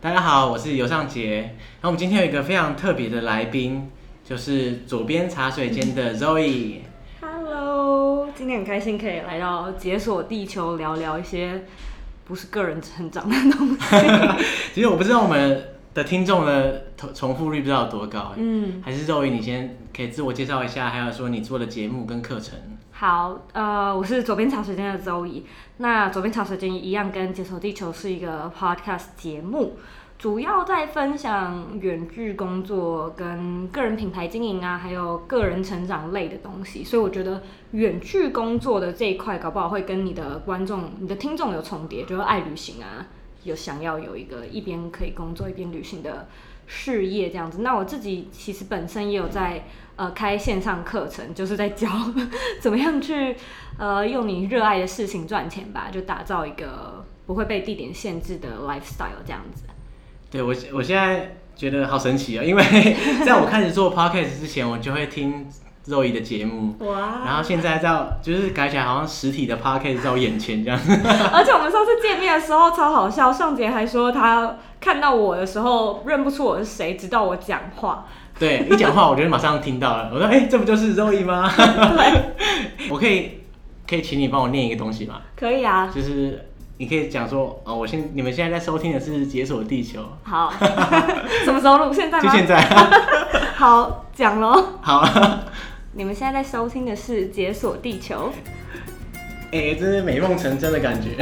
大家好，我是尤尚杰。然后我们今天有一个非常特别的来宾，就是左边茶水间的 Zoe。Hello， 今天很开心可以来到解锁地球，聊聊一些不是个人成长的东西。 其实我不知道我们的听众的重复率不知道有多高，还是 Zoe 你先可以自我介绍一下，还有说你做的节目跟课程。 好，我是左边茶水间的 Zoe。那左边茶水间一样跟解锁地球是一个 podcast 节目，主要在分享远距工作跟个人品牌经营啊，还有个人成长类的东西。所以我觉得远距工作的这一块，搞不好会跟你的观众、你的听众有重叠，就是爱旅行啊，有想要有一个一边可以工作一边旅行的事业这样子。那我自己其实本身也有在开线上课程，就是在教怎么样去用你热爱的事情赚钱吧，就打造一个不会被地点限制的 lifestyle 这样子。 对，我现在觉得好神奇啊，因为在我开始做 podcast 之前，我就会听Zoe 的节目，然后现在就是改起来好像实体的 podcast 在我眼前这样。 而且我们上次见面的时候超好笑，尚杰还说他看到我的时候认不出我是谁，直到我讲话。 对，一讲话我就马上听到了，我说这不就是 Zoe 吗？对，我可以请你帮我念一个东西吗？ 可以啊， 就是你可以讲说你们现在在收听的是解锁地球。 好，什么时候录？现在吗？ 就现在。 好，讲咯。 好。 你们现在在收听的是解锁地球。 真是美梦成真的感觉。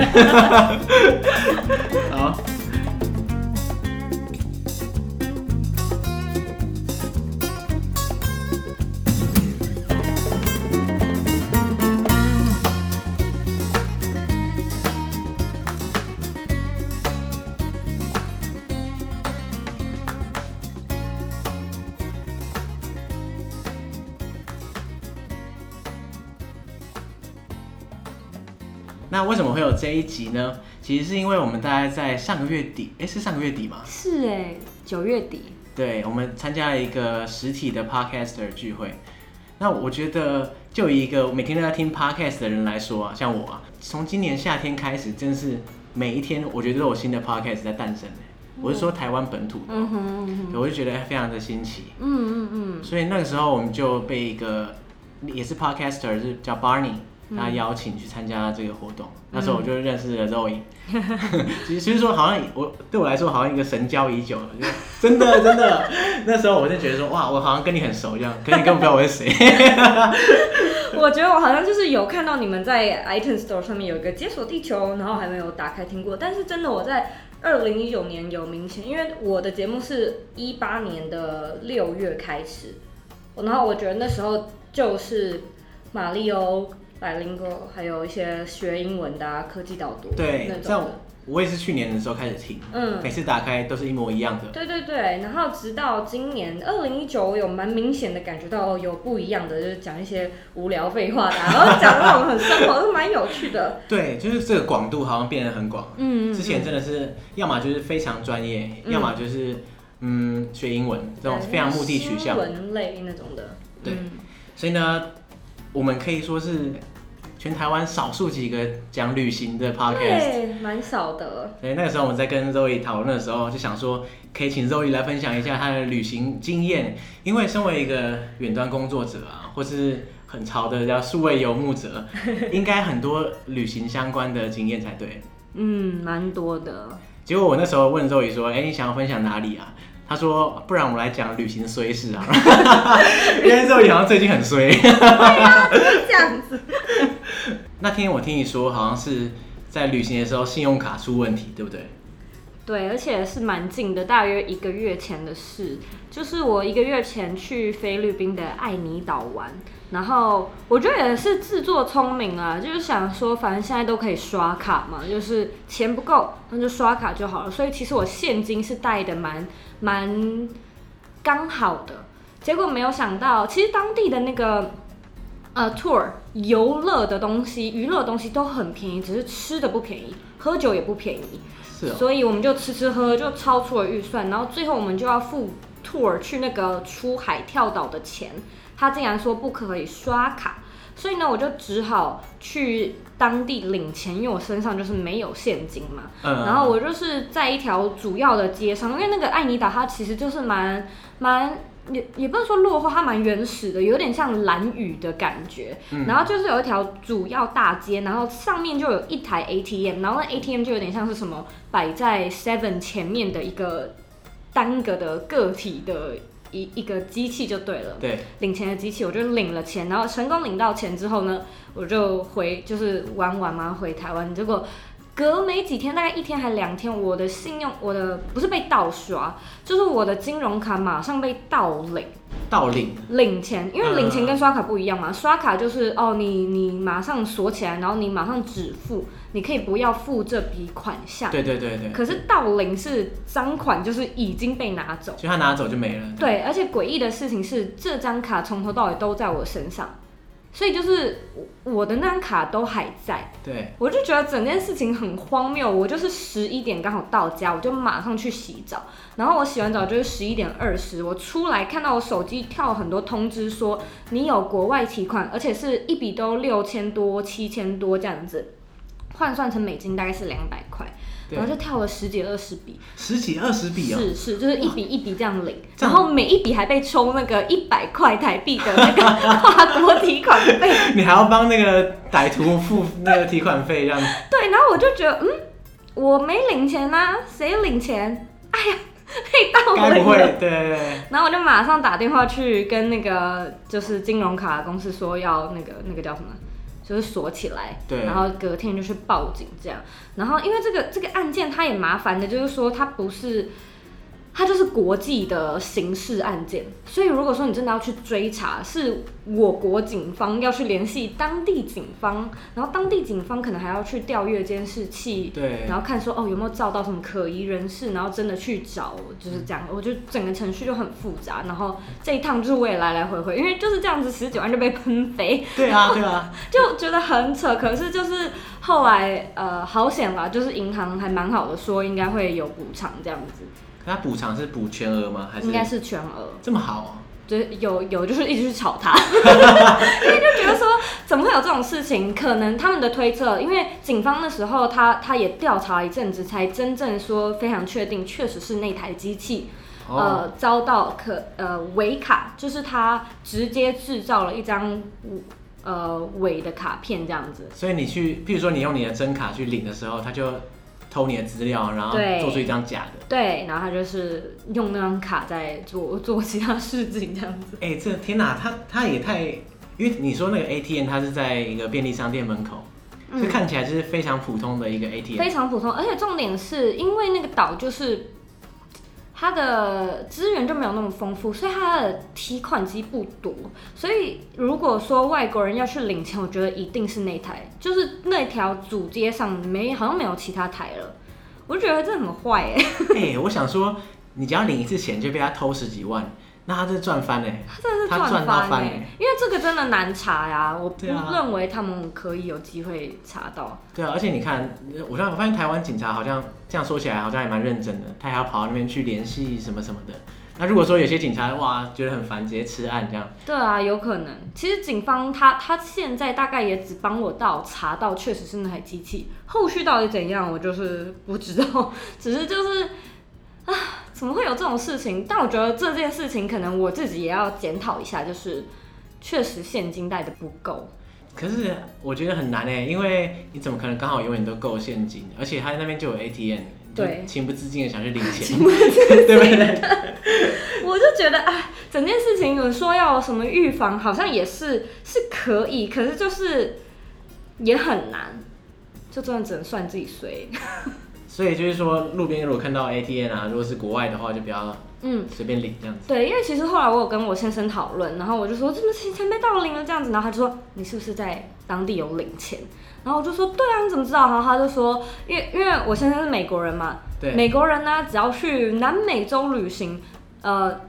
好。那为什么会有这一集呢？其实是因为我们大概在上个月底，是上个月底吗？ 是9月底。 对，我们参加了一个实体的 podcaster 聚会。那我觉得，就以一个每天都在听 podcast 的人来说啊，像我啊，从今年夏天开始，真是每一天我觉得都有新的 podcast 在诞生。我是说台湾本土的，我就觉得非常的新奇。所以那个时候我们就被一个也是 podcaster 是叫 Barney。他邀请去参加这个活动，那时候我就认识了 Zoe。其实说好像对我来说好像一个神交已久了，真的。那时候我就觉得说哇，我好像跟你很熟这样，可是你根本不知道我是谁。 我觉得我好像就是有看到你们在 iTunes Store 上面有一个解锁地球，然后还没有打开听过，但是真的我在2019年有明显，因为我的节目是18年的6月开始，然后我觉得那时候就是马里欧。Bilingual 还有一些学英文的科技导读， 对，这样我也是去年的时候开始听，每次打开都是一模一样的。 对，然后直到今年2019，我有蛮明显的感觉到有不一样的，就是讲一些无聊废话的，然后讲那种很生活，是蛮有趣的。 对，就是这个广度好像变得很广。之前真的是要么就是非常专业，要么就是学英文这种非常目的取向， 新闻类那种的。 对，所以呢，我们可以说是全台湾少数几个讲旅行的 podcast， 对，蛮少的。 所以那个时候我们在跟 Zoe 讨论的时候，就想说可以请 Zoe 来分享一下她的旅行经验，因为身为一个远端工作者啊，或是很潮的叫数位游牧者，应该很多旅行相关的经验才对。 蛮多的。 结果我那时候问 Zoe 说，你想要分享哪里啊？他说：“不然我们来讲旅行衰事啊，因为Zoe好像最近很衰。” 对啊，就是这样子。 那天我听你说，好像是在旅行的时候信用卡出问题，对不对？ 对，而且是蛮近的，大约1个月前的事。就是我1个月前去菲律宾的爱尼岛玩，然后我觉得也是自作聪明啊，就是想说反正现在都可以刷卡嘛，就是钱不够那就刷卡就好了。所以其实我现金是带的蛮刚好的，结果没有想到，其实当地的那个tour 游乐的东西、娱乐的东西都很便宜，只是吃的不便宜，喝酒也不便宜。所以我们就吃喝，就超出了预算，然后最后我们就要付 tour 去那个出海跳岛的钱，他竟然说不可以刷卡， 所以呢，我就只好去当地领钱，因为我身上就是没有现金嘛。然后我就是在一条主要的街上，因为那个爱尼岛它其实就是蛮也不是说落后，它蛮原始的，有点像兰屿的感觉。然后就是有一条主要大街，然后上面就有一台 ATM， 然后那 ATM 就有点像是什么摆在 Seven 前面的一个单个的个体的一个机器就对了。 对， 领钱的机器，我就领了钱，然后成功领到钱之后呢，我就就是玩嘛，回台湾，结果。隔没几天，大概1天还2天，我的不是被盗刷，就是我的金融卡马上被盗领钱，因为领钱跟刷卡不一样嘛，刷卡就是你马上锁起来，然后你马上止付，你可以不要付这笔款项。 对。 可是盗领是赃款，就是已经被拿走， 就他拿走就没了。 对，而且诡异的事情是，这张卡从头到尾都在我身上。所以就是我的那张卡都还在， 对， 我就觉得整件事情很荒谬。我就是11点刚好到家，我就马上去洗澡，然后我洗完澡就是11点20，我出来看到我手机跳很多通知说你有国外提款，而且是一笔都6000多、7000多这样子，换算成美金大概是200块。然后就跳了10几20笔 ，10几20笔哦， 是，就是一笔一笔这样领，然后每一笔还被抽那个100块台币的那个跨国提款费， 你还要帮那个歹徒付那个提款费这样子。 对，然后我就觉得，我没领钱啊，谁领钱？哎呀，被盗领了， 该不会对。 然后我就马上打电话去跟那个就是金融卡的公司说要那个叫什么？就是锁起来， 对， 然后隔天就去报警这样。然后因为这个案件它也麻烦的，就是说它就是国际的刑事案件，所以如果说你真的要去追查，是我国警方要去联系当地警方，然后当地警方可能还要去调阅监视器， 对， 然后看说有没有照到什么可疑人士，然后真的去找，就是这样。我觉得整个程序就很复杂，然后这一趟就是我也来回，因为就是这样子19万就被喷飞， 对啊， 就觉得很扯。可是就是后来好险啦，就是银行还蛮好的，说应该会有补偿这样子。 他补偿是补全额吗？还是应该是全额？ 这么好哦？ 就是有就是一直去吵他，因为就觉得说怎么会有这种事情？可能他们的推测，因为警方那时候他也调查一阵子，才真正说非常确定，确实是那台机器。遭到伪卡，就是他直接制造了一张伪的卡片这样子。 所以你去，譬如说你用你的真卡去领的时候，他就偷你的资料，然后做出一张假的。 对，然后他就是用那张卡在做其他事情这样子。 这天哪，他也太，因为你说那个 ATM 它是在一个便利商店门口。这看起来就是非常普通的一个 ATM， 非常普通，而且重点是因为那个岛就是它的资源就没有那么丰富，所以它的提款机不多，所以如果说外国人要去领钱，我觉得一定是那台，就是那条主街上好像没有其他台了，我就觉得这很坏我想说，你只要领一次钱就被他偷10几万。那他这赚翻他真的是赚翻因为这个真的难查呀，我不认为他们可以有机会查到。 对啊，而且你看，我发现台湾警察好像这样说起来好像也蛮认真的，他还要跑到那边去联系什么什么的。那如果说有些警察觉得很烦，直接吃案这样。 对啊，有可能。其实警方他现在大概也只帮我查到确实是那台机器，后续到底怎样我就是不知道，只是就是怎么会有这种事情？但我觉得这件事情可能我自己也要检讨一下，就是确实现金带的不够。 可是我觉得很难因为你怎么可能刚好永远都够现金？而且他那边就有 ATM， 对， 情不自禁的想去领钱， 情不自禁对不对？ 我就觉得整件事情有说要什么预防，好像也是可以，可是就是也很难，就真的只能算自己衰。 所以就是说，路边如果看到 ATM 如果是国外的话，就不要随便领这样子。 对，因为其实后来我有跟我先生讨论，然后我就说，怎么钱被盗领了这样子，然后他就说你是不是在当地有领钱？然后我就说对啊，你怎么知道？然后他就说，因为我先生是美国人嘛， 对， 美国人呢，只要去南美洲旅行，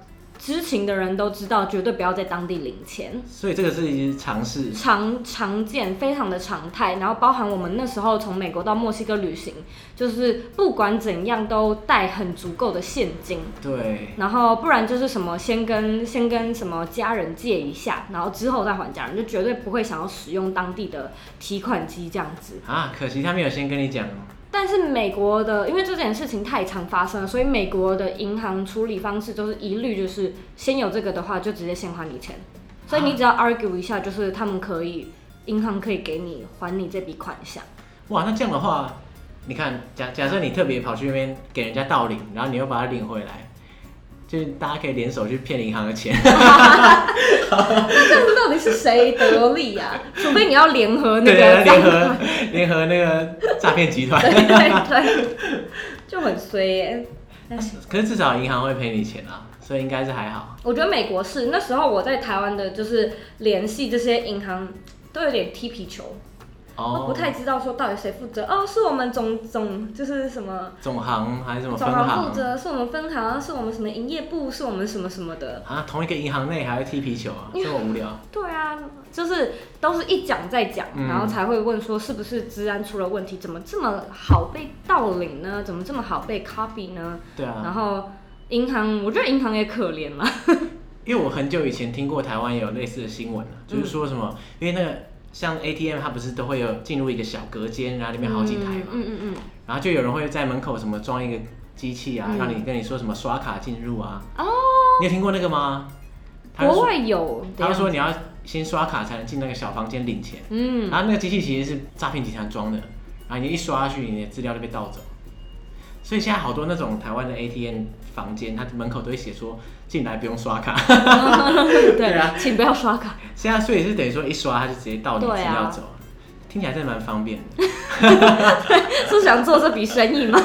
知情的人都知道，绝对不要在当地领钱。 所以这个是一些常识， 常见，非常的常态。然后包含我们那时候从美国到墨西哥旅行，就是不管怎样都带很足够的现金。 对。 然后不然就是什么先跟什么家人借一下，然后之后再还家人，就绝对不会想要使用当地的提款机这样子。 啊，可惜他没有先跟你讲。 但是美国的，因为这件事情太常发生了，所以美国的银行处理方式都是一律就是先有这个的话，就直接先还你钱。所以你只要 argue 一下，就是他们银行可以给你还你这笔款项。 哇，那这样的话，你看，假设你特别跑去那边给人家盗领，然后你又把它领回来，就是大家可以联手去骗银行的钱。 那这样子到底是谁得利啊？除非你要联合那个联合那个诈骗集团。 对，就很衰耶。 可是至少银行会赔你钱啊，所以应该是还好。 我觉得美国是那时候我在台湾的，就是联系这些银行都有点踢皮球。我不太知道说到底谁负责哦，是我们总就是什么总行还是什么分行？ 行？ 总行负责是我们分行，是我们什么营业部，是我们什么什么的啊？同一个银行内还会踢皮球啊，这么无聊。 对啊，就是都是一讲再讲，然后才会问说是不是治安出了问题，怎么这么好被盗领呢？怎么这么好被 copy 呢？ 对啊。 然后银行，我觉得银行也可怜啦。 因为我很久以前听过台湾也有类似的新闻就是说什么，因为那个。像 ATM 它不是都会有进入一个小隔间，然后里面好几台嘛，然后就有人会在门口什么装一个机器啊，让你跟你说什么刷卡进入啊。哦，你有听过那个吗？ 国外有。 他说你要先刷卡才能进那个小房间领钱，然后那个机器其实是诈骗集团装的，然后你一刷下去，你的资料就被盗走。所以现在好多那种台湾的 ATM 房间，它门口都会写说进来不用刷卡。 对啊，请不要刷卡。 现在所以是等于说一刷它就直接盗你资料走，听起来真的蛮方便的。 是想做这笔生意吗？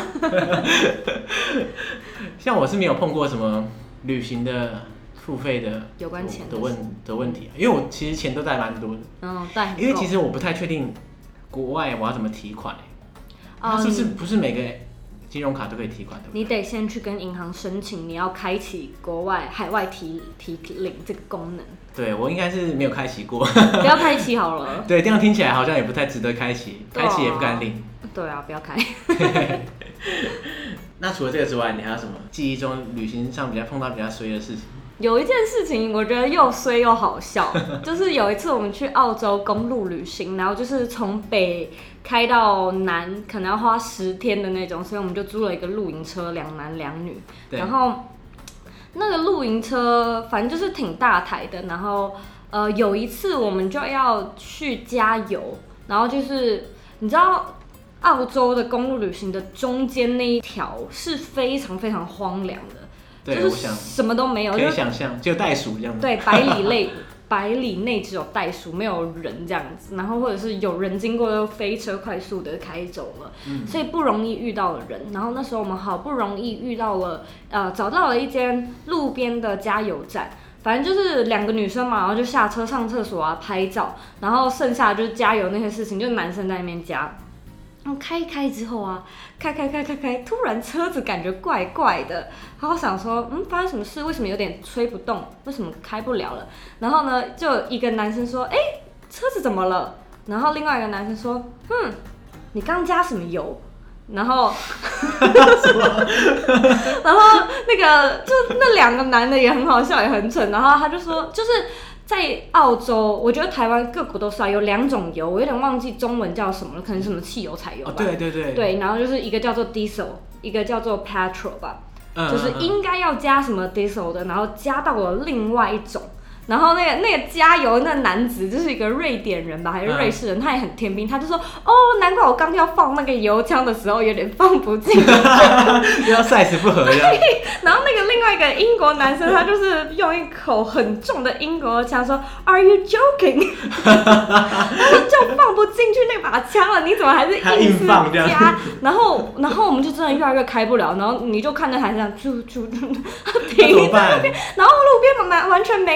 像我是没有碰过什么旅行的付费的有关钱的问题，因为我其实钱都带蛮多的。带。因为其实我不太确定国外我要怎么提款是不是每个金融卡都可以提款的？ 你得先去跟银行申请，你要开启海外提领这个功能。 对，我应该是没有开启过。 不要开启好了。 对，这样听起来好像也不太值得开启，开启也不敢领。 对啊，不要开。 那除了这个之外，你还有什么记忆中旅行上碰到比较衰的事情？ 有一件事情我觉得又衰又好笑，就是有一次我们去澳洲公路旅行，然后就是从北开到南，可能要花10天的那种，所以我们就租了一个露营车，2男2女。然后那个露营车反正就是挺大台的，然后有一次我们就要去加油，然后就是你知道澳洲的公路旅行的中间那一条是非常非常荒凉的。就是什么都没有， 可以想象，只有袋鼠这样子。 对，百里内只有袋鼠，没有人这样子。然后或者是有人经过，又飞车快速的开走了，所以不容易遇到人。然后那时候我们好不容易遇到了，找到了一间路边的加油站。反正就是2个女生嘛，然后就下车上厕所啊、拍照，然后剩下就是加油那些事情，就是男生在那边加。然后开一开之后啊，开，突然车子感觉怪怪的，然后想说，发生什么事？为什么有点吹不动？为什么开不了了？然后呢，就一个男生说，车子怎么了？然后另外一个男生说，你刚加什么油？然后，然后那个就那2个男的也很好笑，也很蠢。然后他就说，就是在澳洲，我觉得台湾各国都是有2种油，我有点忘记中文叫什么了，可能什么汽油、柴油吧。 对。 对，然后就是一个叫做 diesel， 一个叫做 petrol 吧，就是应该要加什么 diesel 的，然后加到了另外一种。然后那个加油那男子就是一个瑞典人吧，还是瑞士人，他也很天兵，他就说难怪我刚要放那个油枪的时候有点放不进， 就要 size 不合这样。 然后那个另外一个英国男生，他就是用一口很重的英国腔说 "Are you joking？" 他说就放不进去那把枪了，你怎么还是硬是加？然后我们就真的越来越开不了，然后你就看那台上停在那边，然后路边完全没人啊。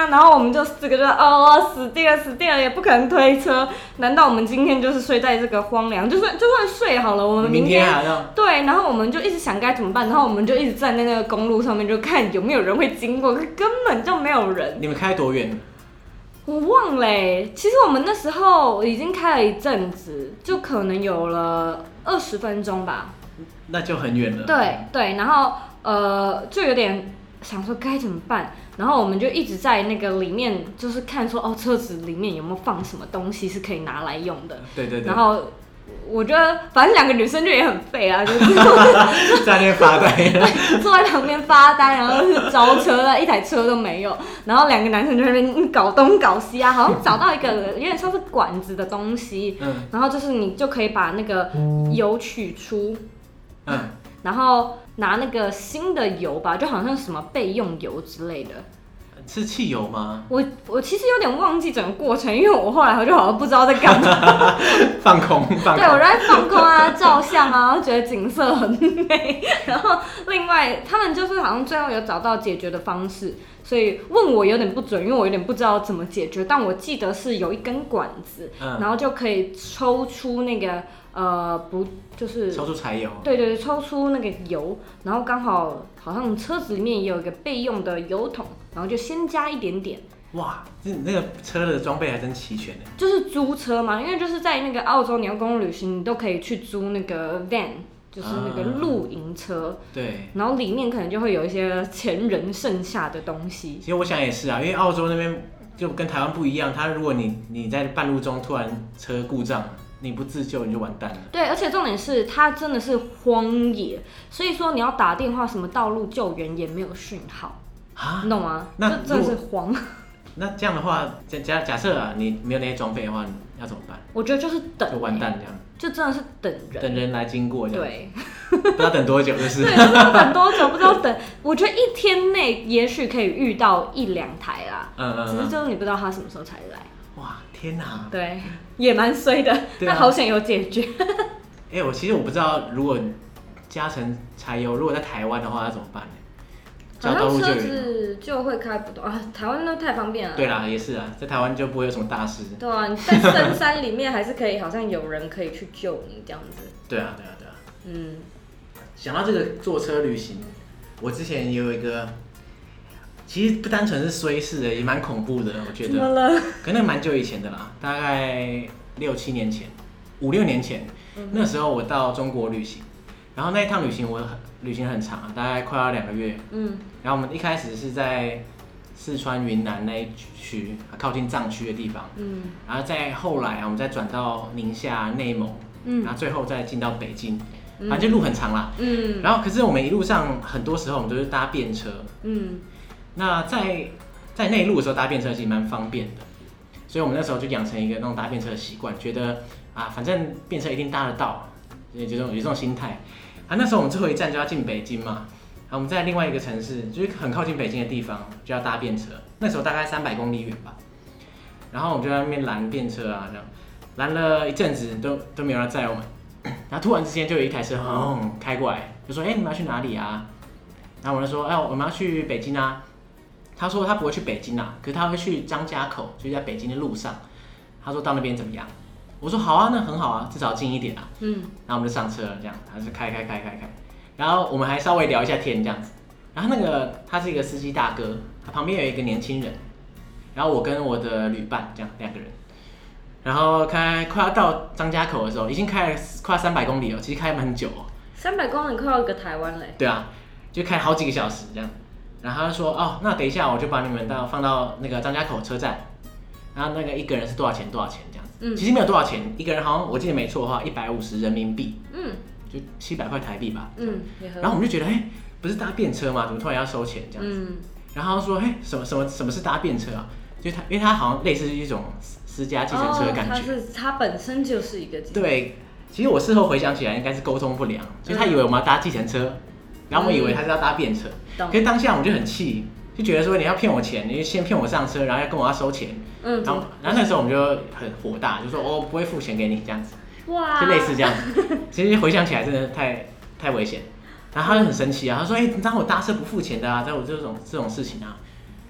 然后我们就4个就死定了，也不可能推车。难道我们今天就是睡在这个荒凉？就算睡好了，我们明天还要对，然后我们就一直想该怎么办，然后我们就一直站在那个公路上面，就看有没有人会经过，根本就没有人。 你们开多远？ 我忘了其实我们那时候已经开了一阵子，就可能有了20分钟吧。 那就很远了。 对，然后就有点想说该怎么办，然后我们就一直在那个里面，就是看说车子里面有没有放什么东西是可以拿来用的。 对。 然后我觉得反正2个女生就也很废啊，就是在那边发呆， 对，坐在旁边发呆，然后是招车的，一台车都没有，然后2个男生就在那边搞东搞西啊，好像找到一个有点像是管子的东西，然后就是你就可以把那个油取出，然后拿那个新的油吧，就好像什么备用油之类的。 是汽油吗？ 我其实有点忘记整个过程，因为我后来就好像不知道在干嘛。 放空。 对，我在放空啊，照相啊，觉得景色很美。然后另外他们就是好像最后有找到解决的方式，所以问我有点不准，因为我有点不知道怎么解决。但我记得是有一根管子，然后就可以抽出那个不就是抽出柴油。 对，抽出那个油，然后刚好好像车子里面也有一个备用的油桶，然后就先加一点点。 哇，那个车的装备还真齐全呢。 就是租车嘛，因为就是在那个澳洲，你要公路旅行，你都可以去租那个 van， 就是那个露营车。 对。 然后里面可能就会有一些前人剩下的东西。 其实我想也是啊，因为澳洲那边就跟台湾不一样，它如果你在半路中突然车故障，你不自救你就完蛋了。对， 而且重点是它真的是荒野，所以说你要打电话什么道路救援也没有讯号，你懂吗？那真的是荒。 那这样的话，假设啊，你没有那些装备的话，你要怎么办？ 我觉得就是等， 就完蛋这样， 就真的是等人来经过这样。 对， 不知道等多久就是。 对，不知道等多久，不知道等。我觉得1天内也许可以遇到1-2台啦，只是就是你不知道他什么时候才来。 哇，天哪！ 对，也蛮衰的，但好险有解决。 其实我不知道，如果加成柴油，如果在台湾的话要怎么办呢？ 好像车子就会开不动啊，台湾那太方便了。 对啦，也是啊，在台湾就不会有什么大事。 对啊，你在深山里面还是可以，好像有人可以去救你这样子。 对啊。想到这个坐车旅行，我之前也有一个，其实不单纯是衰事的，也蛮恐怖的，我觉得。 怎么了？ 可能蛮久以前的啦，大概6-7年前，5-6年前，那时候我到中国旅行。然后那一趟旅行旅行很长，大概快要2个月。然后我们一开始是在四川、云南那一区，靠近藏区的地方。然后再后来我们再转到宁夏、内蒙，然后最后再进到北京。反正就路很长啦。然后可是我们一路上很多时候我们都是搭便车。那在内陆的时候搭便车其实蛮方便的，所以我们那时候就养成一个那种搭便车的习惯，觉得反正便车一定搭得到，有这种心态。那时候我们最后一站就要进北京嘛，我们在另外一个城市，就是很靠近北京的地方，就要搭便车。那时候大概300公里远吧，然后我们就在那边拦便车啊，这样拦了一阵子都没有人载我们，然后突然之间就有一台车开过来，就说：“你们要去哪里啊？”然后我就说：“我们要去北京啊。”他说他不会去北京啊，可是他会去张家口，就是在北京的路上。他说到那边怎么样？我说好啊，那很好啊，至少近一点啊。然后我们就上车了，这样，他就开，然后我们还稍微聊一下天这样子。然后他是一个司机大哥，他旁边有一个年轻人，然后我跟我的旅伴这样2个人，然后快要到张家口的时候，已经开了快300公里了，其实开了很久哦。 300公里快要一个台湾嘞。 对啊，就开好几个小时这样。然后他就说那等一下我就把你们放到那个张家口车站，然后那个一个人是多少钱这样子。其实没有多少钱，一个人好像我记得没错的话150人民币，就700块台币吧。然后我们就觉得不是搭便车吗？怎么突然要收钱这样子？然后他说什么是搭便车啊？就因为他好像类似一种私家计程车的感觉。 他本身就是一个对，其实我事后回想起来应该是沟通不良，所以他以为我们要搭计程车，然后我以为他是要搭便车，可是当下我们就很气。就觉得说你要骗我钱，你先骗我上车，然后要跟我收钱，然后那时候我们就很火大，就说不会付钱给你这样子，就类似这样子。其实回想起来真的太危险，然后他就很生气啊，他说你让我搭车不付钱的啊，在我这种事情啊，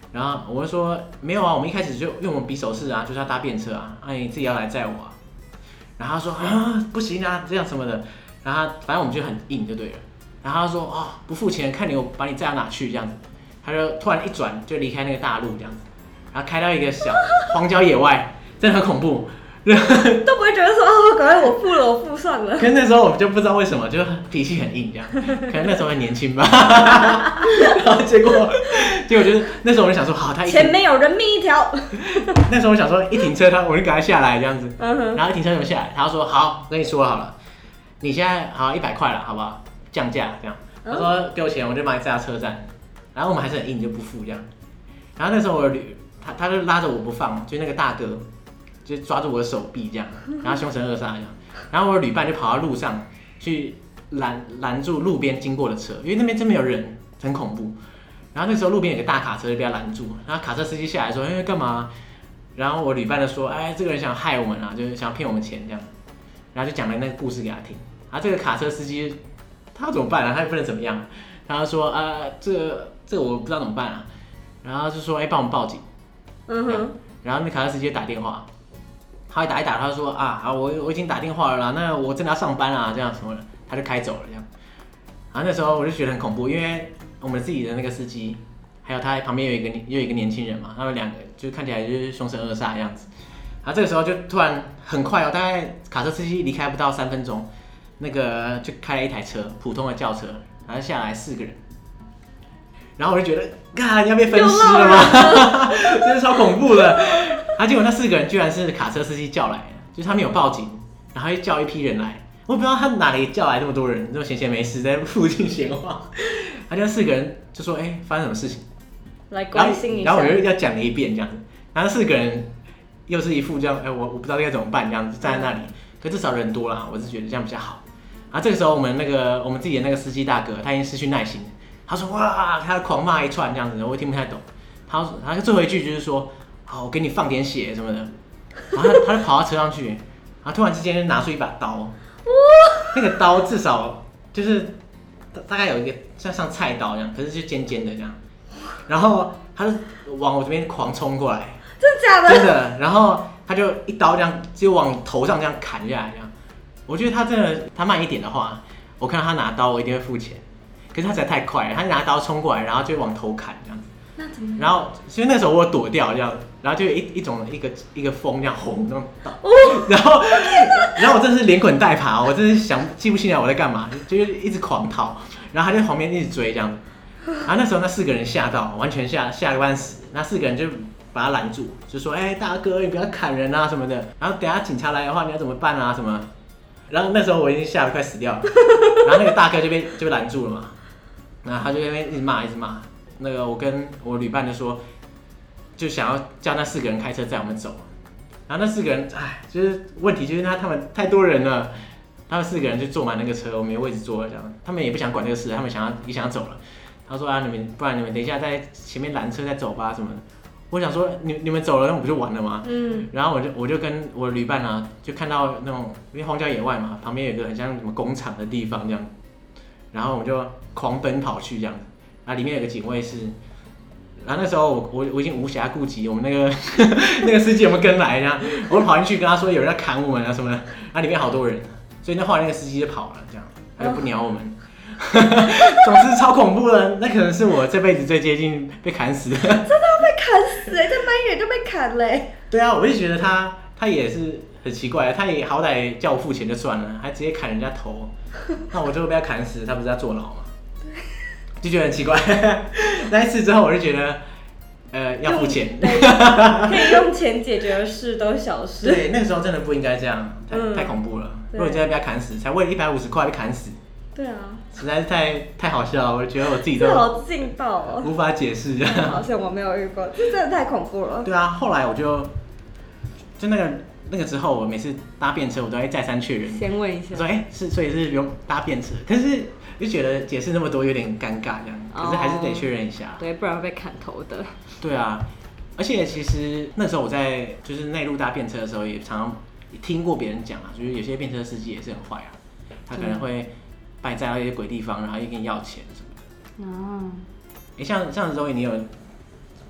然后我就说没有啊，我们一开始就用我们比手势啊，就是要搭便车啊，你自己要来载我啊。然后他说不行啊，这样什么的。然后反正我们就很硬就对了。然后他说不付钱，看你我把你载到哪去这样子。他就突然一转就离开那个大路这样子，然后开到一个小荒郊野外，真的很恐怖。 都不会觉得说赶快我付上了。 可是那时候我们就不知道为什么，就脾气很硬这样，可能那时候很年轻吧。然后结果就是那时候我就想说，好，他前面有人命一条。 那时候我想说，一停车我就赶快下来这样子，然后一停车就下来，他说好，跟你说好了，你现在好100块了，好不好？降价这样。他说给我钱，我就把你载到车站。然后我们还是很硬，就不付这样。然后那时候他就拉着我不放，就那个大哥。就抓住我的手臂这样，然后凶神恶煞这样，然后我的旅伴就跑到路上去拦住路边经过的车，因为那边真没有人，很恐怖。然后那时候路边有个大卡车就被他拦住，然后卡车司机下来说：“干嘛？”然后我旅伴就说：“这个人想害我们啊，就是想骗我们钱这样。”然后就讲了那个故事给他听。然后这个卡车司机他要怎么办啊？他也不能怎么样。他就说：“这个我不知道怎么办啊。”然后就说：“帮我们报警。”然后那卡车司机就打电话。他一打，他就说我已经打电话了啦，那我真的要上班啦，这样什么的，他就开走了这样。然后那时候我就觉得很恐怖，因为我们自己的那个司机，还有他旁边有一个年轻人嘛，他们两个就看起来就是凶神恶煞的样子。然后这个时候就突然很快大概卡车司机离开不到3分钟，那个就开了一台车，普通的轿车，然后下来4个人。然后我就觉得，要被分尸了吗？真的超恐怖的。结果那4个人居然是卡车司机叫来的，就是他们有报警，然后又叫一批人来，我不知道他哪里叫来这么多人，这么闲没事在附近闲话。他就4个人就说：“发生什么事情？” 来关心一下。 然后我就要讲了一遍这样子，然后4个人又是一副这样，我不知道该怎么办这样子站在那里，可至少人多啦，我是觉得这样比较好。然后这个时候我们自己的那个司机大哥他已经失去耐心了，他说：“哇！”他狂骂一串这样子，我也听不太懂。他最后一句就是说：“好，我给你放点血什么的。”然后他就跑到车上去，然后突然之间就拿出一把刀，那个刀至少就是大概有一个像菜刀一样，可是就尖尖的这样。然后他就往我这边狂冲过来， 真的假的？ 真的。然后他就一刀这样就往头上这样砍下来这样。我觉得他慢一点的话，我看到他拿刀我一定会付钱。可是他实在太快了，他拿刀冲过来，然后就往头砍这样子。 那怎么？ 然后所以那时候我躲掉这样，然后就有一个风这样轰那种，然后我真的是连滚带爬，我真是记不清来我在干嘛，就是一直狂逃，然后他就旁边一直追这样。然后那时候那4个人吓到，完全吓个半死，那4个人就把他拦住，就说：“大哥，你不要砍人啊什么的。然后等下警察来的话，你要怎么办啊什么？”然后那时候我已经吓得快死掉了，然后那个大哥就被拦住了嘛。然后他就在那边一直骂，那个我跟我旅伴就说，就想要叫那4个人开车载我们走。然后那4个人，就是问题就是他们太多人了，他们4个人就坐满那个车，我没位置坐了这样。他们也不想管这个事，他们也想要走了。他说不然你们等一下在前面拦车再走吧什么的。我想说你们走了，那我不就完了吗？然后我就跟我的旅伴啊，就看到那种因为荒郊野外嘛，旁边有一个很像什么工厂的地方这样。然后我们就狂奔跑去这样子，然后里面有个警卫室，然后那时候我已经无暇顾及我们那个那个司机有没有跟来这样，我就跑进去跟他说有人要砍我们啊什么的，然后里面好多人，所以后来那个司机就跑了这样，他就不鸟我们。总之超恐怖的，那可能是我这辈子最接近被砍死的。真的要被砍死在蛮远就被砍嘞。 对啊，我就觉得他也是很奇怪，他也好歹叫我付钱就算了，还直接砍人家头，那我就被他砍死，他不是要坐牢吗？就觉得很奇怪。那一次之后，我就觉得，要付钱， 可以用钱解决的事都是小事。 对，那个时候真的不应该这样，太恐怖了。如果你真的被他砍死，才为了150块被砍死， 对啊， 实在是太好笑了。我觉得我自己都好劲爆哦， 无法解释。 好像我没有遇过，这真的太恐怖了。 对啊，后来我就那个之后，我每次搭便车，我都会再三确认， 先问一下， 说所以是不用搭便车，可是就觉得解释那么多有点尴尬这样，可是还是得确认一下， 对，不然会被砍头的。 对啊，而且其实那时候我在就是内陆搭便车的时候，也常常听过别人讲啊，就是有些便车司机也是很坏啊，他可能会把你载到一些鬼地方，然后又跟你要钱什么的。像Zoe，你有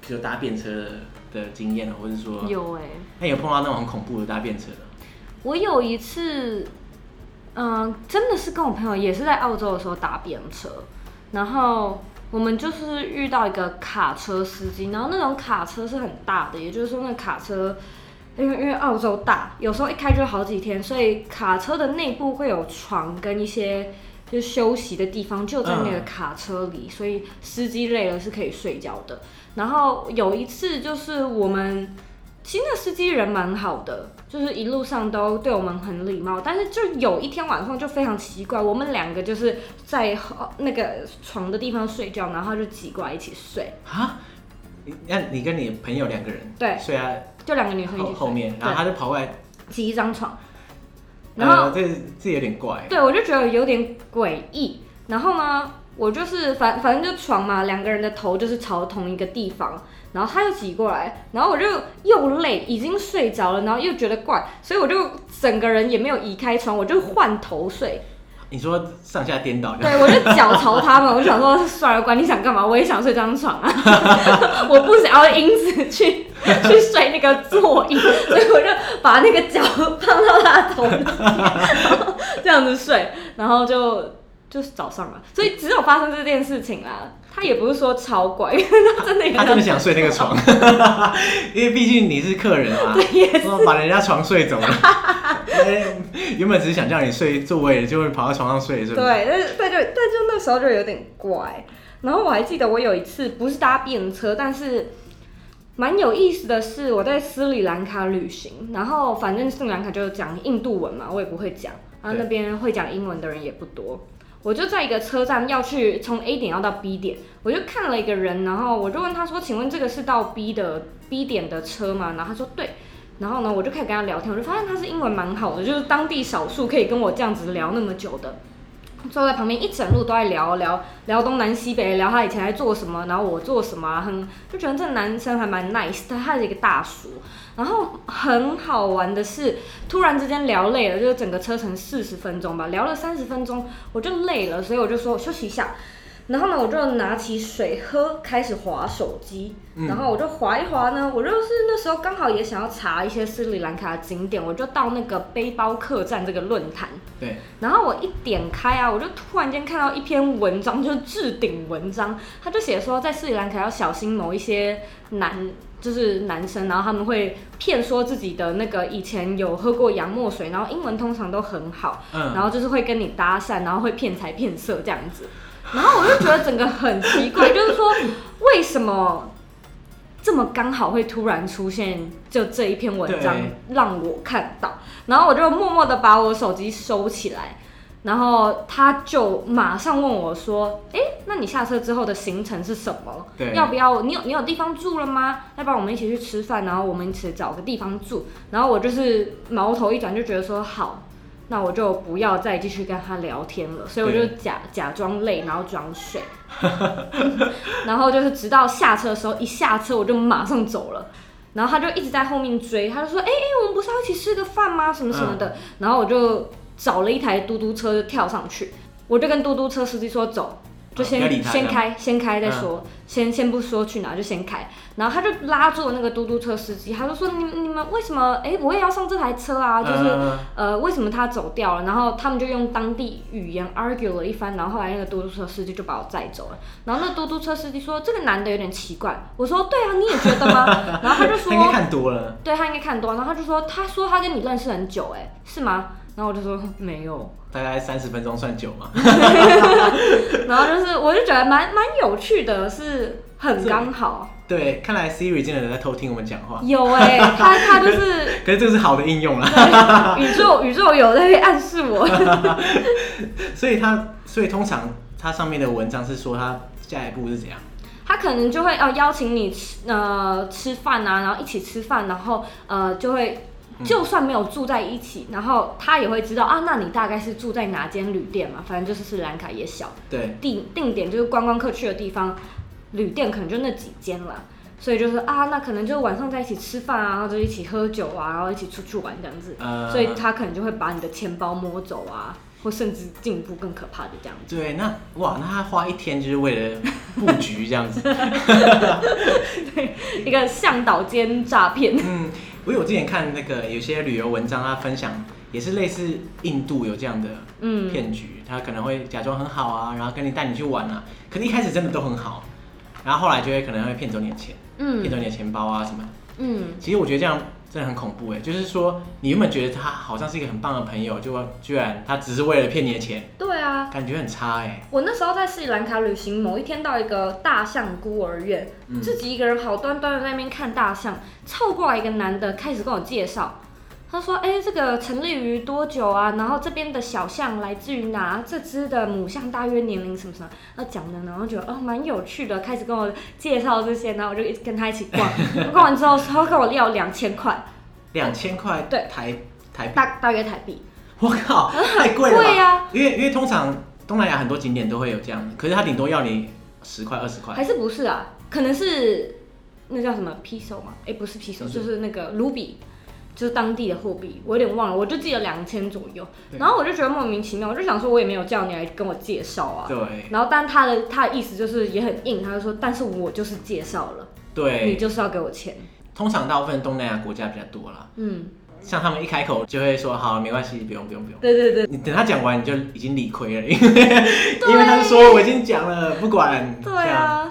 比如搭便车的经验，或者说有那有碰到那种很恐怖的搭便车的？ 我有一次，真的是跟我朋友也是在澳洲的时候搭便车，然后我们就是遇到一个卡车司机，然后那种卡车是很大的，也就是说那卡车。因为澳洲大，有时候一开就好几天，所以卡车的内部会有床跟一些就休息的地方，就在那个卡车里，所以司机累了是可以睡觉的。然后有一次就是其实那司机人蛮好的，就是一路上都对我们很礼貌，但是就有一天晚上就非常奇怪，我们两个就是在那个床的地方睡觉，然后就挤过来一起睡。 啊？那你跟你朋友2个人对睡啊？ 就2个女生一起睡后面，然后他就跑过来挤一张床，然后这有点怪。 对，我就觉得有点诡异。然后呢，我就是反正就床嘛，2个人的头就是朝同一个地方，然后他又挤过来，然后我就又累，已经睡着了，然后又觉得怪，所以我就整个人也没有移开床，我就换头睡。 你说上下颠倒？ 对，我就脚朝他们，我就想说算了，管你想干嘛，我也想睡这张床啊，我不想要因此去睡那个座椅，所以我就把那个脚放到他的头里，然后这样子睡，然后就是早上了，所以只有发生这件事情啦。他也不是说超怪，因为他真的想睡那个床，因为毕竟你是客人嘛，把人家床睡走了。原本只是想叫你睡座位，就会跑到床上睡，是不是？ 对，但就那时候就有点怪。然后我还记得我有一次不是搭便车，但是蛮有意思的是我在斯里兰卡旅行，然后反正斯里兰卡就讲印度文嘛，我也不会讲，然后那边会讲英文的人也不多。我就在一个车站要去从 A 点要到 B 点，我就看了一个人，然后我就问他说：“请问这个是到 B 点的车吗？”然后他说：“对。”然后呢，我就开始跟他聊天，我就发现他是英文蛮好的，就是当地少数可以跟我这样子聊那么久的。坐在旁边一整路都在聊东南西北，聊他以前在做什么，然后我做什么啊，就觉得这男生还蛮 nice， 他是一个大叔。然后很好玩的是，突然之间聊累了，就是整个车程40分钟吧，聊了30分钟，我就累了，所以我就说我休息一下。然后呢，我就拿起水喝，开始滑手机。然后我就滑一滑呢，我就是那时候刚好也想要查一些斯里兰卡的景点，我就到那个背包客栈这个论坛。 对。然后我一点开啊，我就突然间看到一篇文章，就是置顶文章，他就写说在斯里兰卡要小心某一些就是男生，然后他们会骗说自己的那个以前有喝过洋墨水，然后英文通常都很好，然后就是会跟你搭讪，然后会骗财骗色这样子。然后我就觉得整个很奇怪，就是说为什么这么刚好会突然出现就这一篇文章让我看到，然后我就默默的把我手机收起来，然后他就马上问我说：“那你下车之后的行程是什么？要不要你有地方住了吗？要不然我们一起去吃饭，然后我们一起找个地方住。”然后我就是矛头一转，就觉得说好。那我就不要再继续跟他聊天了，所以我就假装累，然后装睡，然后就是直到下车的时候，一下车我就马上走了，然后他就一直在后面追，他就说：“我们不是要一起吃个饭吗？什么什么的。”然后我就找了一台嘟嘟车就跳上去，我就跟嘟嘟车司机说走。就先开再说，先不说去哪，就先开。然后他就拉住了那个嘟嘟车司机，他就说你们为什么？我也要上这台车啊，就是为什么他走掉了？然后他们就用当地语言 argue 了一番，然后后来那个嘟嘟车司机就把我载走了。然后那嘟嘟车司机说这个男的有点奇怪，我说对啊，你也觉得吗？然后他就说他应该看多了， 对他应该看多了。然后他说他跟你认识很久，是吗？然后我就说没有， 大概30分钟算久吗？ 然后我就觉得蛮有趣的，是很刚好。 对，看来 Siri 真的有在偷听我们讲话。 有他就是， 可是这个是好的应用啦。 宇宙有在暗示我。 所以通常它上面的文章是说它下一步是怎样？ 他可能就会邀请你吃饭啊，然后一起吃饭，然后就会。就算没有住在一起，然后他也会知道啊，那你大概是住在哪间旅店嘛？反正就是斯里兰卡也小， 对， 定点就是观光客去的地方，旅店可能就那几间啦。所以就是啊，那可能就晚上在一起吃饭啊，然后就一起喝酒啊，然后一起出去玩这样子。所以他可能就会把你的钱包摸走啊，或甚至进一步更可怕的这样子。 对，那他花1天就是为了布局这样子。 对，一个向导兼诈骗。 我之前看那个有些旅游文章，他分享也是类似印度有这样的骗局，他可能会假装很好啊，然后带你去玩啊，可是一开始真的都很好，然后后来可能会骗走你的钱，骗走你的钱包啊什么的。其实我觉得这样真的很恐怖就是说你原本觉得他好像是一个很棒的朋友，居然他只是为了骗你的钱。 对啊， 感觉很差我那时候在斯里兰卡旅行，某一天到一个大象孤儿院，自己一个人好端端的在那边看大象，凑过来一个男的开始跟我介绍。他说：“这个成立于多久啊？然后这边的小象来自于哪？这只的母象大约年龄什么什么？”他讲的，然后觉得蛮有趣的，开始跟我介绍这些，然后我就跟他一起逛。逛完之后，他跟我要2000块。2000 块？对，台币。 大约台币。 我靠，太贵了吧？ 贵啊！ 因为通常东南亚很多景点都会有这样，可是他顶多要你10块20块。 还是不是啊？可能是那叫什么 peso 吗？不是 peso， 就是那个卢比。就是当地的货币，我有点忘了，我就记得2000左右。然后我就觉得莫名其妙，我就想说，我也没有叫你来跟我介绍啊。 对。 然后，但他的意思就是也很硬，他就说，但是我就是介绍了， 对， 你就是要给我钱。 通常大部分东南亚国家比较多啦。像他们一开口就会说好，没关系，不用。 对。 你等他讲完，你就已经理亏了，因为他是说我已经讲了，不管。 对啊。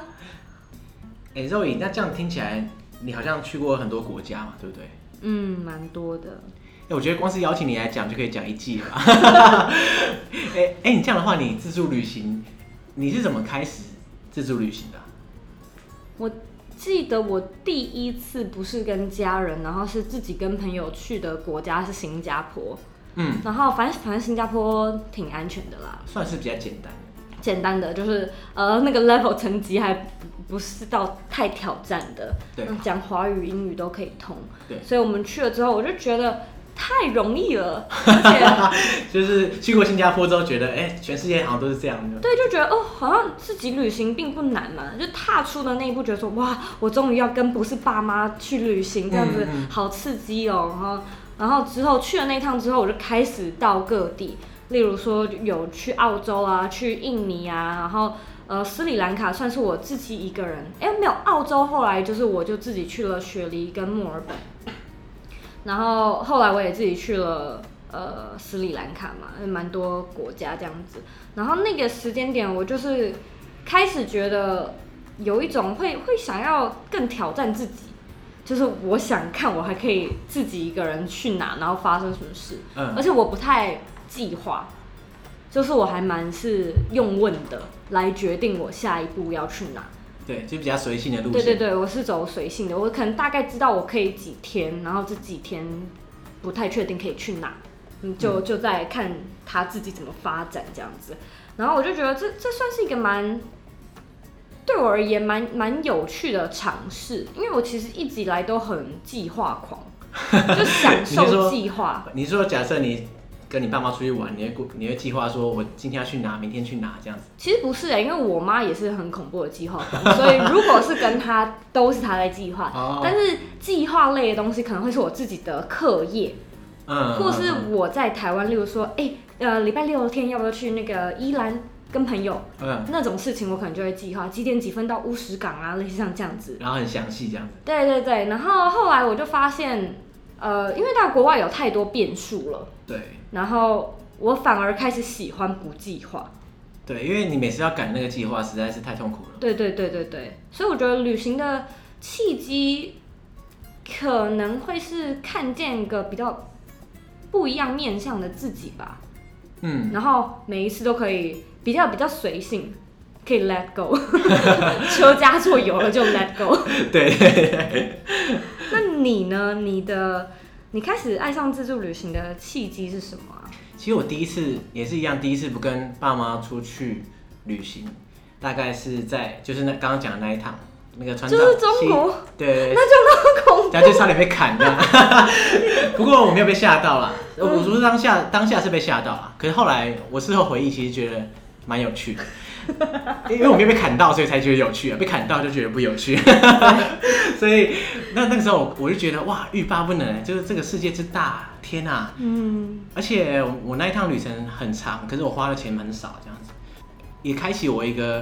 Zoe， 那这样听起来，你好像去过很多国家嘛，对不对？ 蛮多的。 我觉得光是邀请你来讲就可以讲一季了吧。你这样的话，你自助旅行，你是怎么开始自助旅行的？ 我记得我第一次不是跟家人，然后是自己跟朋友去的国家是新加坡。然后反正新加坡挺安全的啦， 算是比较简单的，就是那个 level 层级还不是到太挑战的，讲华语、英语都可以通。对，所以我们去了之后，我就觉得太容易了，而且就是去过新加坡之后，觉得全世界好像都是这样的。 对，就觉得好像自己旅行并不难嘛，就踏出的那一步，觉得说哇，我终于要跟不是爸妈去旅行，这样子好刺激哦。然后之后去了那趟之后，我就开始到各地。例如说有去澳洲啊，去印尼啊，然后斯里兰卡算是我自己一个人，没有澳洲，后来就是我就自己去了雪梨跟墨尔本，然后后来我也自己去了斯里兰卡嘛，蛮多国家这样子。然后那个时间点，我就是开始觉得有一种会想要更挑战自己。就是我想看我还可以自己一个人去哪，然后发生什么事，而且我不太计划，就是我还蛮是用问的来决定我下一步要去哪。 对，就比较随性的路线。 对，我是走随性的，我可能大概知道我可以几天，然后这几天不太确定可以去哪，就在看他自己怎么发展这样子。然后我就觉得这算是一个对我而言蛮有趣的尝试，因为我其实一直以来都很计划狂，就享受计划。 你说假设你跟你爸妈出去玩，你会计划说我今天要去哪，明天去哪这样子？ 其实不是因为我妈也是很恐怖的计划狂，所以如果是跟她都是她在计划，但是计划类的东西可能会是我自己的课业，或是我在台湾，例如说，礼拜6天要不要去那个宜兰？跟朋友，那种事情我可能就会计划几点几分到乌石港啊，类似像这样子， 然后很详细这样子。 对，然后后来我就发现，因为到国外有太多变数了， 对， 然后我反而开始喜欢不计划。 对，因为你每次要赶那个计划实在是太痛苦了。 对，所以我觉得旅行的契机可能会是看见一个比较不一样面向的自己吧。然后每一次都可以比较随性，可以 let go， 车加错油了就 let go。 对。 那你呢？你开始爱上自助旅行的契机是什么啊？ 其实我第一次也是一样，第一次不跟爸妈出去旅行，大概是在就是刚刚讲的那一趟。那个船长就是中国， 对， 那就那么恐怖， 然后就差点被砍的。不过我没有被吓到啦，我说当下是被吓到啦，可是后来我事后回忆，其实觉得蛮有趣的，因为我没有被砍到，所以才觉得有趣啊，被砍到就觉得不有趣。所以那个时候我就觉得哇，欲罢不能，就是这个世界之大，天啊！而且我那一趟旅程很长，可是我花的钱很少，这样子也开启我一个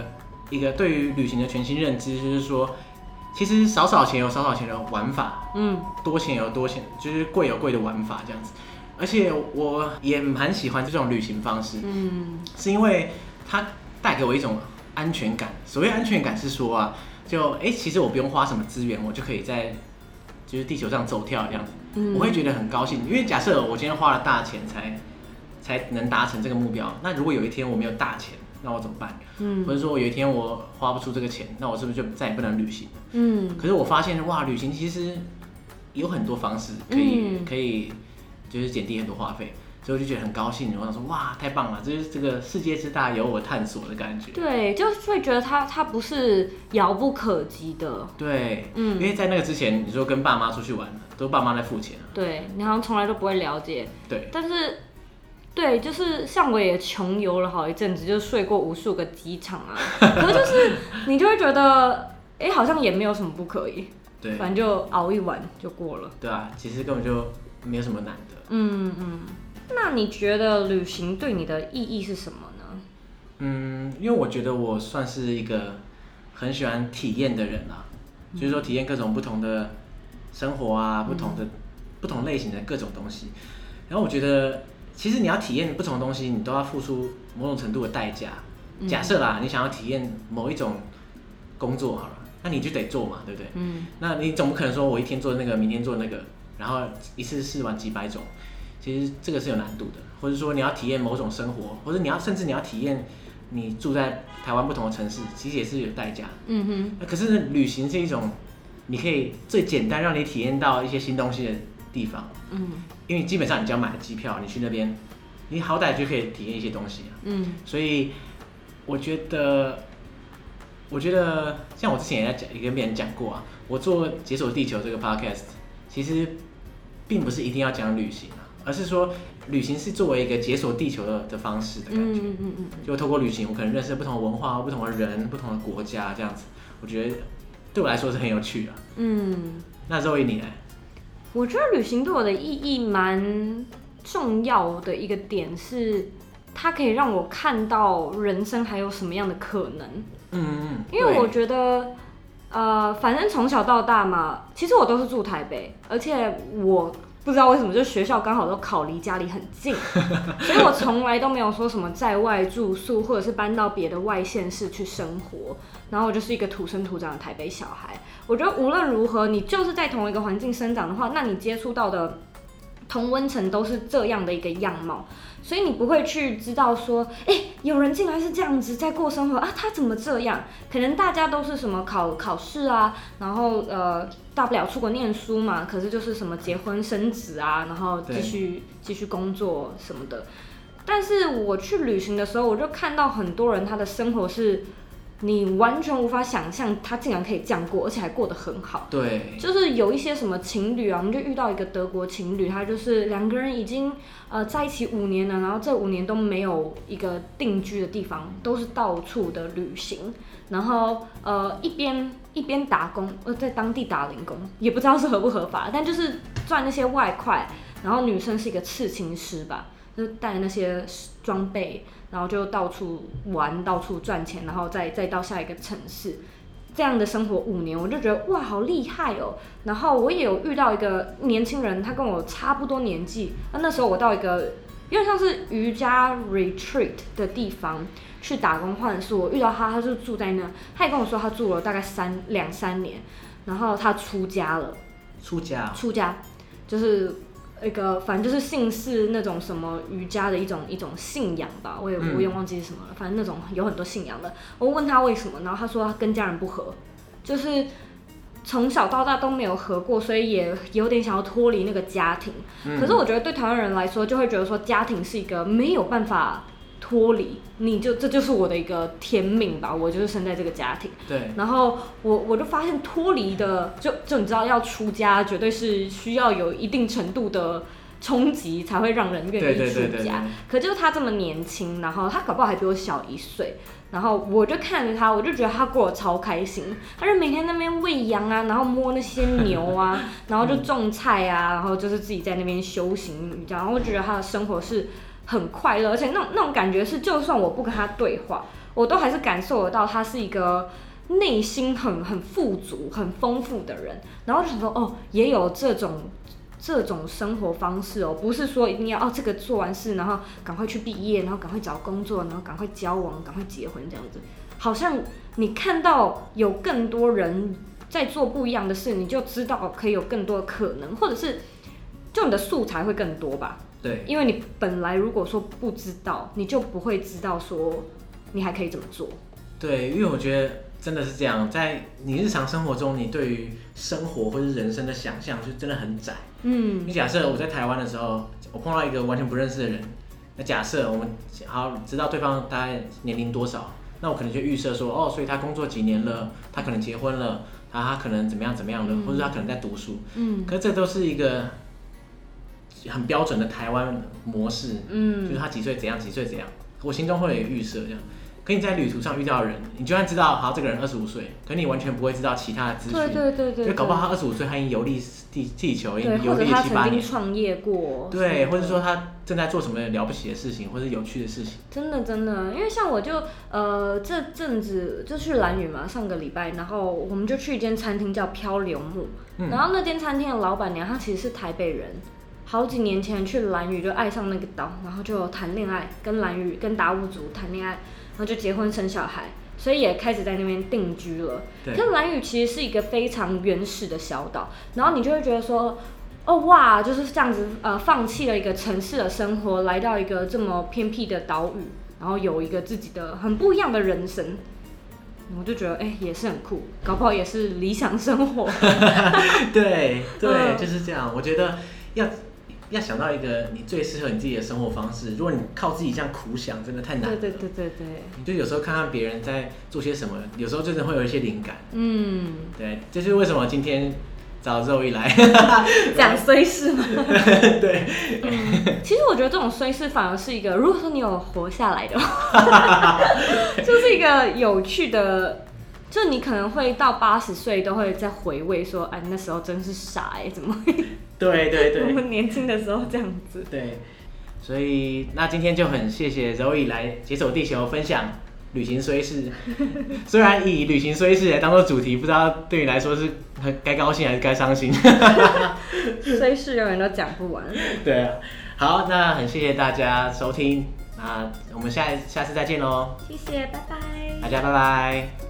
一个对于旅行的全新认知，就是说，其实少少钱有少少钱的玩法，多钱有多钱，就是贵有贵的玩法这样子。而且我也蛮喜欢这种旅行方式，是因为它带给我一种安全感。所谓安全感是说啊，其实我不用花什么资源，我就可以在就是地球上走跳这样子，我会觉得很高兴。因为假设我今天花了大钱才能达成这个目标，那如果有一天我没有大钱，那我怎么办？或者说有一天我花不出这个钱，那我是不是就再也不能旅行了？可是我发现哇，旅行其实有很多方式可以就是减低很多花费。所以我就觉得很高兴，我想说哇，太棒了，这个世界之大，有我探索的感觉。 对，就会觉得它不是遥不可及的。 对，因为在那个之前，你说跟爸妈出去玩，都爸妈在付钱。 对，你好像从来都不会了解。 对， 但是，对，就是像我也穷游了好一阵子，就睡过无数个机场啊。可是就是你就会觉得，好像也没有什么不可以。 对， 反正就熬一晚就过了。 对啊，其实根本就没有什么难的。 那你觉得旅行对你的意义是什么呢？因为我觉得我算是一个很喜欢体验的人啊，就是说体验各种不同的生活啊，不同类型的各种东西。然后我觉得，其实你要体验不同的东西，你都要付出某种程度的代价。假设啦，你想要体验某一种工作好了，那你就得做嘛，对不对？那你总不可能说我一天做那个，明天做那个，然后一次试完几百种。其实这个是有难度的，或者说你要体验某种生活，或者甚至你要体验你住在台湾不同的城市，其实也是有代价。可是旅行是一种你可以最简单让你体验到一些新东西的地方。因为基本上你只要买了机票，你去那边，你好歹就可以体验一些东西啊。所以我觉得像我之前也跟别人讲过啊，我做解锁地球这个 podcast， 其实并不是一定要讲旅行啊。而是说，旅行是作为一个解锁地球的方式的感觉。就透过旅行，我可能认识不同的文化、不同的人、不同的国家这样子。我觉得对我来说是很有趣的。那Zoe你呢？ 我觉得旅行对我的意义蛮重要的一个点是，它可以让我看到人生还有什么样的可能。因为我觉得，反正从小到大嘛，其实我都是住台北，而且我不知道为什么，就学校刚好都考离家里很近，所以我从来都没有说什么在外住宿，或者是搬到别的外县市去生活。然后我就是一个土生土长的台北小孩。我觉得无论如何，你就是在同一个环境生长的话，那你接触到的同温层都是这样的一个样貌，所以你不会去知道说，有人竟然是这样子在过生活啊，他怎么这样？可能大家都是什么考试啊，然后大不了出国念书嘛，可是就是什么结婚生子啊，然后继续工作什么的。但是我去旅行的时候，我就看到很多人他的生活是你完全无法想象他竟然可以这样过，而且还过得很好。 对， 就是有一些什么情侣啊，我们就遇到一个德国情侣，他就是两个人已经在一起5年了，然后这5年都没有一个定居的地方，都是到处的旅行，然后一边打工，在当地打零工，也不知道是合不合法，但就是赚那些外快。然后女生是一个刺青师吧，就带那些装备，然后就到处玩，到处赚钱，然后再到下一个城市。这样的生活5年，我就觉得哇，好厉害哦。然后我也有遇到一个年轻人，他跟我差不多年纪，那时候我到一个有点像是瑜伽 retreat 的地方去打工换宿，我遇到他就住在那，他也跟我说他住了大概2、3年，然后他出家了。 出家就是一个反正就是姓氏那种什么瑜伽的一种信仰吧，我也忘记是什么了，反正那种有很多信仰的。我问他为什么，然后他说他跟家人不合，就是从小到大都没有合过，所以也有点想要脱离那个家庭。可是我觉得对台湾人来说，就会觉得说家庭是一个没有办法脱离，这就是我的一个天命吧，我就是生在这个家庭。 对。 然后我就发现脱离的，就你知道要出家，绝对是需要有一定程度的冲击才会让人愿意出家。可就是他这么年轻，然后他搞不好还比我小1岁。然后我就看着他，我就觉得他过得超开心。他就每天那边喂羊啊，然后摸那些牛啊，然后就种菜啊，然后就是自己在那边修行瑜伽。然后我觉得他的生活是很快乐，而且那种感觉是，就算我不跟他对话， 我都还是感受得到他是一个内心很富足、很丰富的人。然后就想说，哦，也有这种生活方式哦，不是说一定要这个做完事，然后赶快去毕业，然后赶快找工作，然后赶快交往，赶快结婚这样子。好像你看到有更多人在做不一样的事，你就知道可以有更多的可能，或者是就你的素材会更多吧。 对， 因为你本来如果说不知道，你就不会知道说你还可以怎么做。 对，因为我觉得真的是这样，在你日常生活中，你对于生活或是人生的想象就真的很窄。你假设我在台湾的时候，我碰到一个完全不认识的人，那假设我们好知道对方大概年龄多少，那我可能就预设说，哦，所以他工作几年了，他可能结婚了，他可能怎么样了，或者他可能在读书。可是这都是一个很标准的台湾模式，就是他几岁怎样，几岁怎样，我心中会有预设这样。可你在旅途上遇到的人，你就算知道，好，这个人25岁，可你完全不会知道其他的资讯。 对， 就搞不好他25岁，他已经游历地球，已经游或者他历7、8年。 曾经创业过。 对，或者说他正在做什么了不起的事情，或者有趣的事情。 真的，因为像我就这阵子就去兰屿嘛，上个礼拜，然后我们就去一间餐厅叫漂流木，然后那间餐厅的老板娘她其实是台北人。好几年前去兰屿就爱上那个岛，然后就谈恋爱，跟兰屿跟达悟族谈恋爱，然后就结婚生小孩，所以也开始在那边定居了。可是兰屿其实是一个非常原始的小岛，然后你就会觉得说，哦哇，就是这样子放弃了一个城市的生活，来到一个这么偏僻的岛屿，然后有一个自己的很不一样的人生。我就觉得，也是很酷，搞不好也是理想生活。 对，就是这样。我觉得要想到一个你最适合你自己的生活方式，如果你靠自己这样苦想，真的太难了。 对。 你就有时候看看别人在做些什么，有时候真的会有一些灵感。对，这就是为什么今天找Zoe来讲衰事嘛。 对， 其实我觉得这种衰事反而是一个，如果说你有活下来的话，就是一个有趣的。就你可能会到80岁都会再回味说，哎，那时候真是傻怎么会？ 对， 我们年轻的时候这样子。 对，所以那今天就很谢谢Zoe来解锁地球分享旅行衰事。虽然以旅行衰事来当做主题，不知道对你来说是该高兴还是该伤心。 衰事永远都讲不完。 对啊，好，那很谢谢大家收听，那我们下次再见喽。 谢谢，拜拜。 大家拜拜。